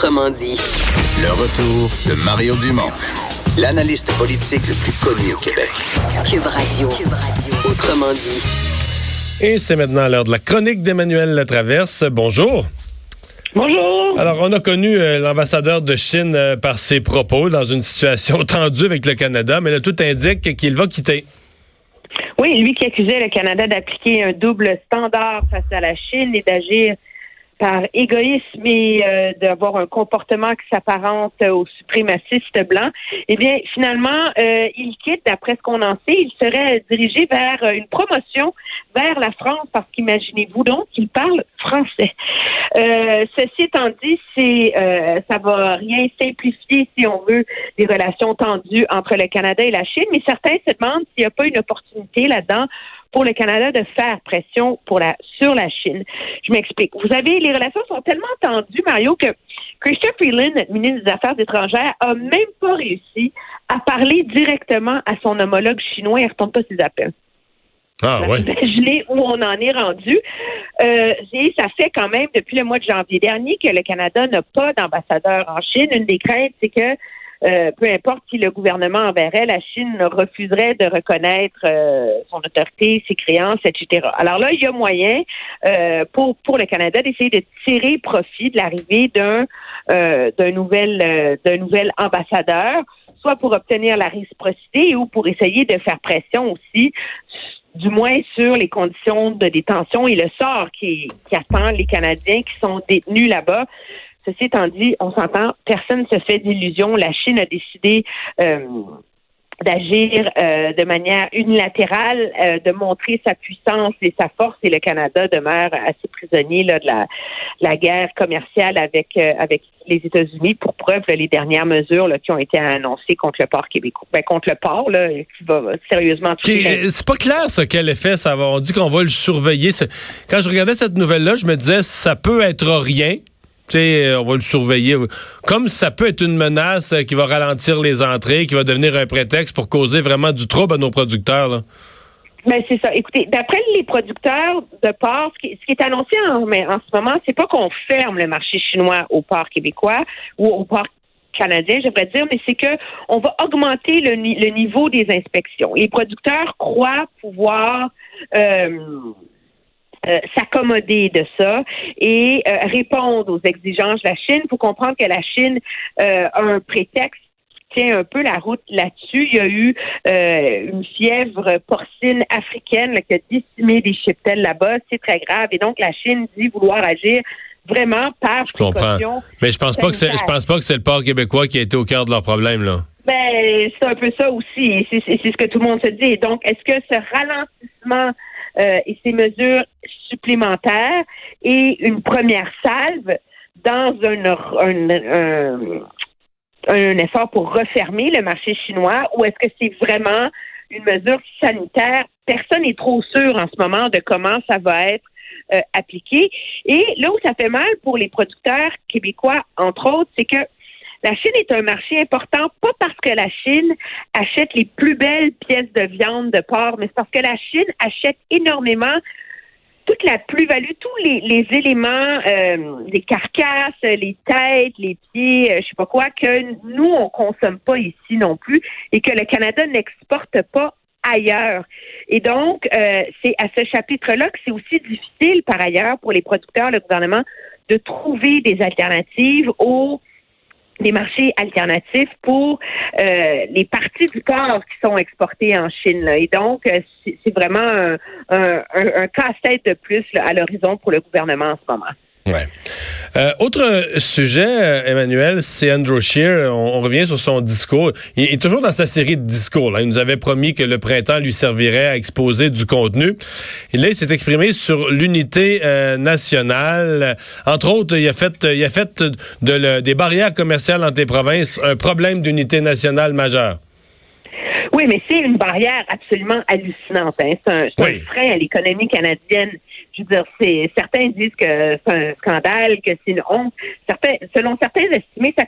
Autrement dit. Le retour de Mario Dumont, l'analyste politique le plus connu au Québec. Cube Radio. Autrement dit. Et c'est maintenant l'heure de la chronique d'Emmanuel Latraverse. Bonjour. Bonjour. Alors, on a connu l'ambassadeur de Chine par ses propos dans une situation tendue avec le Canada, mais là, tout indique qu'il va quitter. Oui, lui qui accusait le Canada d'appliquer un double standard face à la Chine et d'agir par égoïsme et d'avoir un comportement qui s'apparente aux suprémacistes blancs, eh bien, finalement, il quitte, d'après ce qu'on en sait, il serait dirigé vers une promotion vers la France, parce qu'imaginez-vous donc qu'il parle français. Ceci étant dit, ça va rien simplifier, si on veut, les relations tendues entre le Canada et la Chine, mais certains se demandent s'il n'y a pas une opportunité là-dedans pour le Canada de faire pression sur la Chine. Je m'explique. Les relations sont tellement tendues, Mario, que Chrystia Freeland, notre ministre des Affaires étrangères, a même pas réussi à parler directement à son homologue chinois. Il ne retourne pas ses appels. Ah ouais. Imaginez où on en est rendu. Et ça fait quand même depuis le mois de janvier dernier que le Canada n'a pas d'ambassadeur en Chine. Une des craintes, c'est que peu importe qui le gouvernement enverrait, la Chine refuserait de reconnaître son autorité, ses créances, etc. Alors là, il y a moyen pour le Canada d'essayer de tirer profit de l'arrivée d'un nouvel ambassadeur, soit pour obtenir la réciprocité ou pour essayer de faire pression aussi, du moins sur les conditions de détention et le sort qui attend les Canadiens qui sont détenus là-bas. Ceci étant dit, on s'entend, personne ne se fait d'illusions. La Chine a décidé d'agir de manière unilatérale, de montrer sa puissance et sa force, et le Canada demeure assez prisonnier là, de la guerre commerciale avec les États-Unis, pour preuve les dernières mesures là, qui ont été annoncées contre le port québécois. Contre le port, là, qui va sérieusement toucher. C'est pas clair, ça, quel effet ça va. On dit qu'on va le surveiller. Quand je regardais cette nouvelle-là, je me disais, ça peut être rien. Tu sais, on va le surveiller. Comme ça peut être une menace qui va ralentir les entrées, qui va devenir un prétexte pour causer vraiment du trouble à nos producteurs, là. Ben c'est ça. Écoutez, d'après les producteurs de porc, ce qui est annoncé en ce moment, c'est pas qu'on ferme le marché chinois au port québécois ou au port canadien, j'aimerais dire, mais c'est que on va augmenter le niveau des inspections. Les producteurs croient pouvoir s'accommoder de ça et répondre aux exigences de la Chine. Il faut comprendre que la Chine a un prétexte qui tient un peu la route là-dessus. Il y a eu une fièvre porcine africaine là, qui a décimé des cheptels là-bas. C'est très grave. Et donc, la Chine dit vouloir agir vraiment par précaution. Mais je pense pas que c'est le port québécois qui a été au cœur de leur problème, là. Ben, c'est un peu ça aussi. C'est ce que tout le monde se dit. Donc, est-ce que ce ralentissement et ces mesures supplémentaires et une première salve dans un effort pour refermer le marché chinois, ou est-ce que c'est vraiment une mesure sanitaire? Personne n'est trop sûr en ce moment de comment ça va être appliqué. Et là où ça fait mal pour les producteurs québécois, entre autres, c'est que la Chine est un marché important, pas parce que la Chine achète les plus belles pièces de viande de porc, mais c'est parce que la Chine achète énormément toute la plus-value, tous les éléments, les carcasses, les têtes, les pieds, je sais pas quoi, que nous, on consomme pas ici non plus et que le Canada n'exporte pas ailleurs. Et donc, c'est à ce chapitre-là que c'est aussi difficile, par ailleurs, pour les producteurs, le gouvernement, de trouver des alternatives des marchés alternatifs pour les parties du porc qui sont exportées en Chine. Là. Et donc, c'est vraiment un casse-tête de plus là, à l'horizon pour le gouvernement en ce moment. Ouais. Autre sujet, Emmanuel, c'est Andrew Scheer. On revient sur son discours. Il est toujours dans sa série de discours. Là. Il nous avait promis que le printemps lui servirait à exposer du contenu. Et là, il s'est exprimé sur l'unité nationale. Entre autres, il a fait des barrières commerciales entre les provinces un problème d'unité nationale majeur. Oui, mais c'est une barrière absolument hallucinante. Hein. C'est un frein à l'économie canadienne. Je veux dire, certains disent que c'est un scandale, que c'est une honte. Selon certains estimés, ça coûterait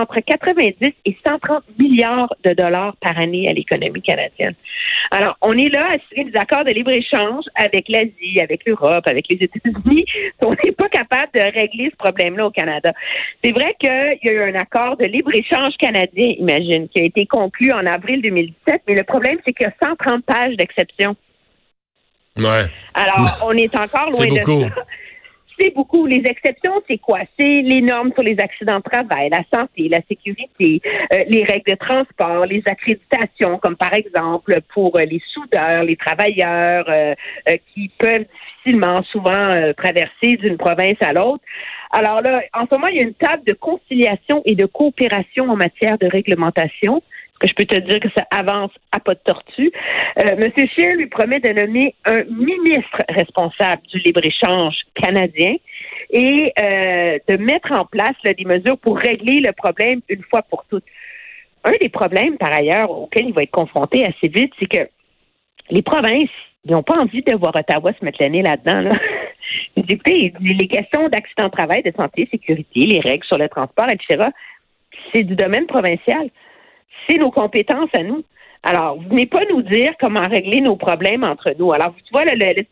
entre 90 et 130 milliards de dollars par année à l'économie canadienne. Alors, on est là à signer des accords de libre-échange avec l'Asie, avec l'Europe, avec les États-Unis. On n'est pas capable de régler ce problème-là au Canada. C'est vrai qu'il y a eu un accord de libre-échange canadien, imagine, qui a été conclu en avril 2017, mais le problème, c'est qu'il y a 130 pages d'exceptions. Ouais. Alors, on est encore loin de ça. C'est beaucoup. Les exceptions, c'est quoi? C'est les normes sur les accidents de travail, la santé, la sécurité, les règles de transport, les accréditations, comme par exemple pour les soudeurs, les travailleurs qui peuvent difficilement, souvent, traverser d'une province à l'autre. Alors là, en ce moment, il y a une table de conciliation et de coopération en matière de réglementation. Que je peux te dire que ça avance à pas de tortue. M. Scheer lui promet de nommer un ministre responsable du libre-échange canadien et de mettre en place là, des mesures pour régler le problème une fois pour toutes. Un des problèmes, par ailleurs, auquel il va être confronté assez vite, c'est que les provinces, ils n'ont pas envie de voir Ottawa se mettre le nez là-dedans. Là. Écoutez, les questions d'accident de travail, de santé, sécurité, les règles sur le transport, etc., c'est du domaine provincial. C'est nos compétences à nous. Alors, vous venez pas nous dire comment régler nos problèmes entre nous. Alors, tu vois,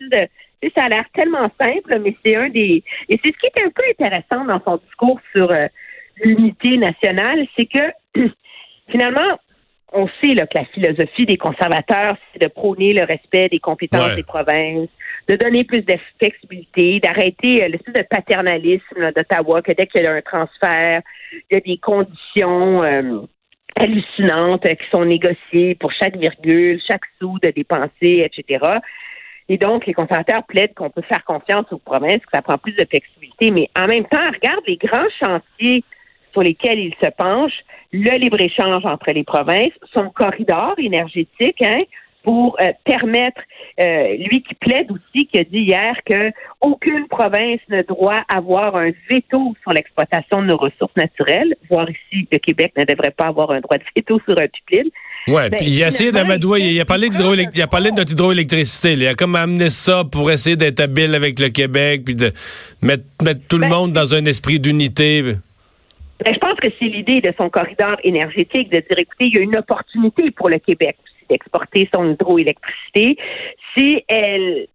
ça a l'air tellement simple, mais c'est un des... Et c'est ce qui est un peu intéressant dans son discours sur l'unité nationale, c'est que, finalement, on sait là, que la philosophie des conservateurs, c'est de prôner le respect des compétences des provinces, de donner plus de flexibilité, d'arrêter l'espèce de paternalisme là, d'Ottawa, que dès qu'il y a un transfert, il y a des conditions... hallucinantes qui sont négociées pour chaque virgule, chaque sou de dépenser, etc. Et donc, les conservateurs plaident qu'on peut faire confiance aux provinces, que ça prend plus de flexibilité. Mais en même temps, regarde les grands chantiers sur lesquels ils se penchent, le libre-échange entre les provinces, son corridor énergétique, pour permettre, lui qui plaide aussi, qui a dit hier que aucune province ne doit avoir un veto sur l'exploitation de nos ressources naturelles, voire ici, le Québec ne devrait pas avoir un droit de veto sur un pipeline. Ouais, puis il a essayé d'amadouer, il a parlé de notre hydroélectricité, il a comme amené ça pour essayer d'être habile avec le Québec, puis de mettre tout le monde dans un esprit d'unité. Je pense que c'est l'idée de son corridor énergétique, de dire, écoutez, il y a une opportunité pour le Québec d'exporter son hydroélectricité si elle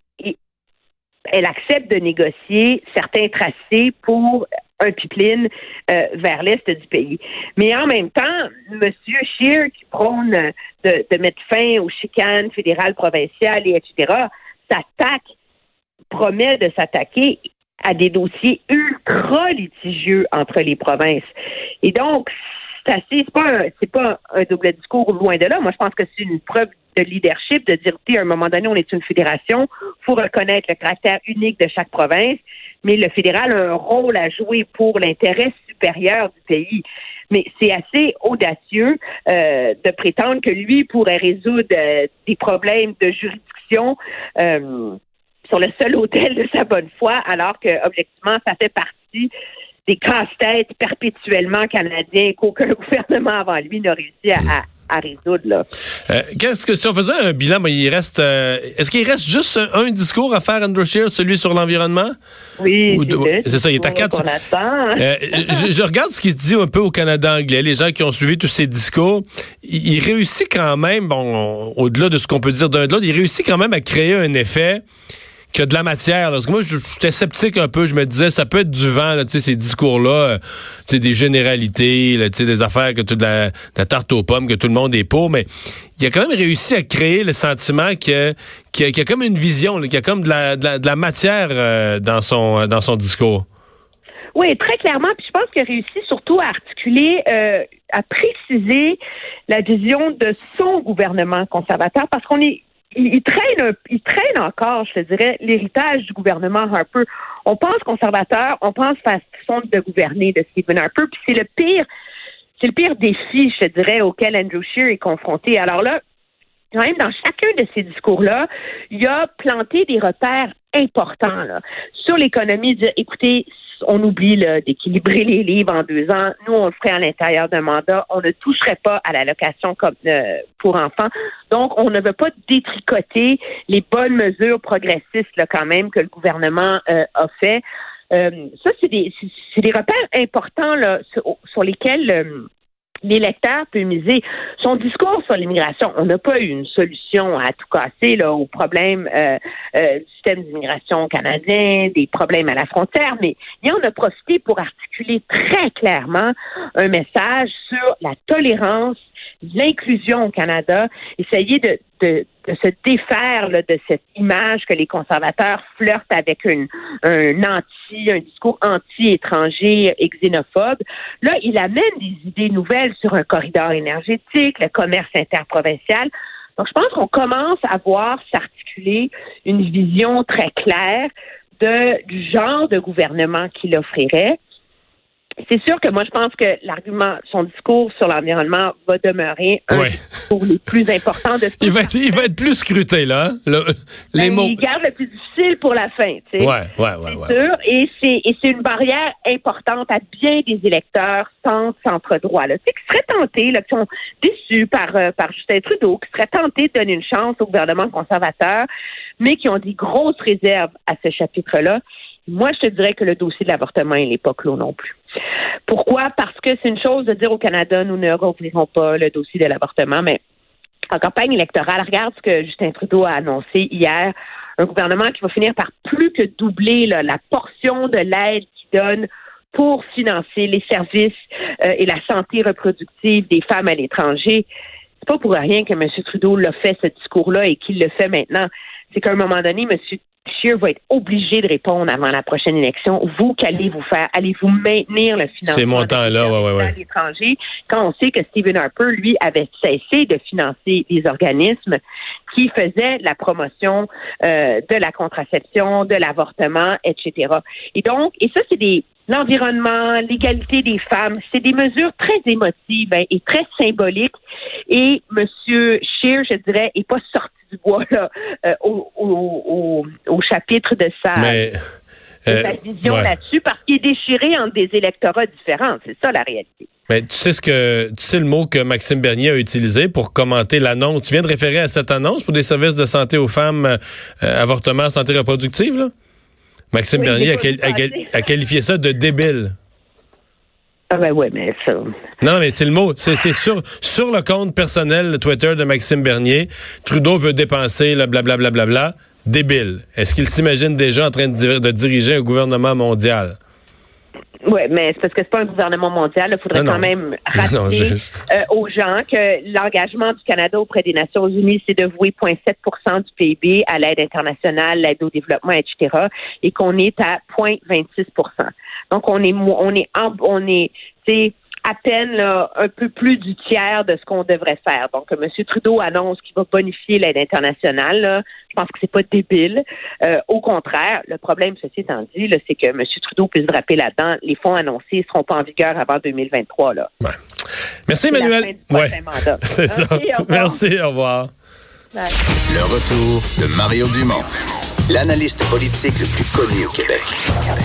accepte de négocier certains tracés pour un pipeline vers l'est du pays. Mais en même temps, M. Scheer, qui prône de mettre fin aux chicanes fédérales, provinciales, et etc., promet de s'attaquer à des dossiers ultra litigieux entre les provinces. Et donc, c'est pas un double discours loin de là. Moi, je pense que c'est une preuve de leadership de dire, à un moment donné, on est une fédération, il faut reconnaître le caractère unique de chaque province, mais le fédéral a un rôle à jouer pour l'intérêt supérieur du pays. Mais c'est assez audacieux de prétendre que lui pourrait résoudre des problèmes de juridiction sur le seul autel de sa bonne foi, alors que, objectivement, ça fait partie des casse-têtes perpétuellement canadiens qu'aucun gouvernement avant lui n'a réussi à résoudre. Là. Qu'est-ce que si on faisait un bilan, il reste est-ce qu'il reste juste un discours à faire, Andrew Scheer, celui sur l'environnement? Oui, c'est ça, il est à 4. Je regarde ce qui se dit un peu au Canada anglais, les gens qui ont suivi tous ces discours, il réussit quand même, au-delà de ce qu'on peut dire d'un de l'autre, il réussit quand même à créer un effet qu'il y a de la matière. Là. Parce que moi, j'étais sceptique un peu. Je me disais, ça peut être du vent, là, ces discours-là, des généralités, là, des affaires, que de la tarte aux pommes, que tout le monde est pour. Mais il a quand même réussi à créer le sentiment qu'il y a comme une vision, là, qu'il y a comme de la matière dans son discours. Oui, très clairement. Puis je pense qu'il a réussi surtout à articuler, à préciser la vision de son gouvernement conservateur, parce qu'on est il traîne encore, je te dirais, l'héritage du gouvernement Harper. On pense conservateur, on pense façon de gouverner de Stephen Harper, puis c'est le pire défi, je te dirais, auquel Andrew Scheer est confronté. Alors là, quand même, dans chacun de ces discours-là, il a planté des repères importants là, sur l'économie, dire, écoutez, on oublie là, d'équilibrer les livres en 2 ans. Nous, on le ferait à l'intérieur d'un mandat. On ne toucherait pas à l'allocation comme pour enfants. Donc, on ne veut pas détricoter les bonnes mesures progressistes là, quand même que le gouvernement a fait. Ça, c'est des repères importants là, sur lesquels l'électeur peut miser. Son discours sur l'immigration, on n'a pas eu une solution à tout casser là, aux problèmes du système d'immigration canadien, des problèmes à la frontière, mais il en a profité pour articuler très clairement un message sur la tolérance, l'inclusion au Canada, essayer de se défaire là, de cette image que les conservateurs flirtent avec un discours anti-étranger et xénophobe. Là, il amène des idées nouvelles sur un corridor énergétique, le commerce interprovincial. Donc, je pense qu'on commence à voir s'articuler une vision très claire du genre de gouvernement qu'il offrirait. C'est sûr que moi, je pense que son discours sur l'environnement va demeurer un des discours les plus importants de ce il va être plus scruté, là. Les mots. Il garde le plus difficile pour la fin, tu sais. Ouais. Sûr. Et c'est une barrière importante à bien des électeurs centre-droit, là. Tu sais, qui seraient tentés, là, qui sont déçus par Justin Trudeau, qui seraient tentés de donner une chance au gouvernement conservateur, mais qui ont des grosses réserves à ce chapitre-là. Moi, je te dirais que le dossier de l'avortement, il n'est pas clos non plus. Pourquoi? Parce que c'est une chose de dire au Canada, nous ne rouvrirons pas le dossier de l'avortement, mais en campagne électorale, regarde ce que Justin Trudeau a annoncé hier, un gouvernement qui va finir par plus que doubler là, la portion de l'aide qu'il donne pour financer les services et la santé reproductive des femmes à l'étranger. C'est pas pour rien que M. Trudeau l'a fait, ce discours-là, et qu'il le fait maintenant. C'est qu'à un moment donné, M. Scheer va être obligé de répondre avant la prochaine élection. Vous, qu'allez-vous faire? Allez-vous maintenir le financement ces montants-là, à l'étranger? Quand on sait que Stephen Harper, lui, avait cessé de financer des organismes qui faisaient la promotion de la contraception, de l'avortement, etc. Et ça, c'est l'environnement, l'égalité des femmes, c'est des mesures très émotives et très symboliques. Et M. Scheer, je dirais, est pas sorti du bois là, au chapitre de sa vision là-dessus, parce qu'il est déchiré entre des électorats différents. C'est ça la réalité. Mais tu sais le mot que Maxime Bernier a utilisé pour commenter l'annonce. Tu viens de référer à cette annonce pour des services de santé aux femmes, avortement, santé reproductive, là? Maxime Bernier a qualifié ça de débile. Ah ben ouais, mais ça... Non, mais c'est le mot. C'est sur le compte personnel Twitter de Maxime Bernier. Trudeau veut dépenser le blablabla. Débile. Est-ce qu'il s'imagine déjà en train de diriger un gouvernement mondial? Oui, mais c'est parce que c'est pas un gouvernement mondial. Il faudrait quand même rappeler aux gens que l'engagement du Canada auprès des Nations Unies, c'est de vouer 0,7% du PIB à l'aide internationale, l'aide au développement, etc., et qu'on est à 0,26%. Donc, on est à peine là, un peu plus du tiers de ce qu'on devrait faire. Donc, M. Trudeau annonce qu'il va bonifier l'aide internationale. Là. Je pense que c'est pas débile. Au contraire, le problème, ceci étant dit, là, c'est que M. Trudeau peut se draper là-dedans. Les fonds annoncés ne seront pas en vigueur avant 2023. Là. Ouais. Merci, Emmanuel. C'est ça. Merci, au revoir. Bye. Le retour de Mario Dumont, l'analyste politique le plus connu au Québec.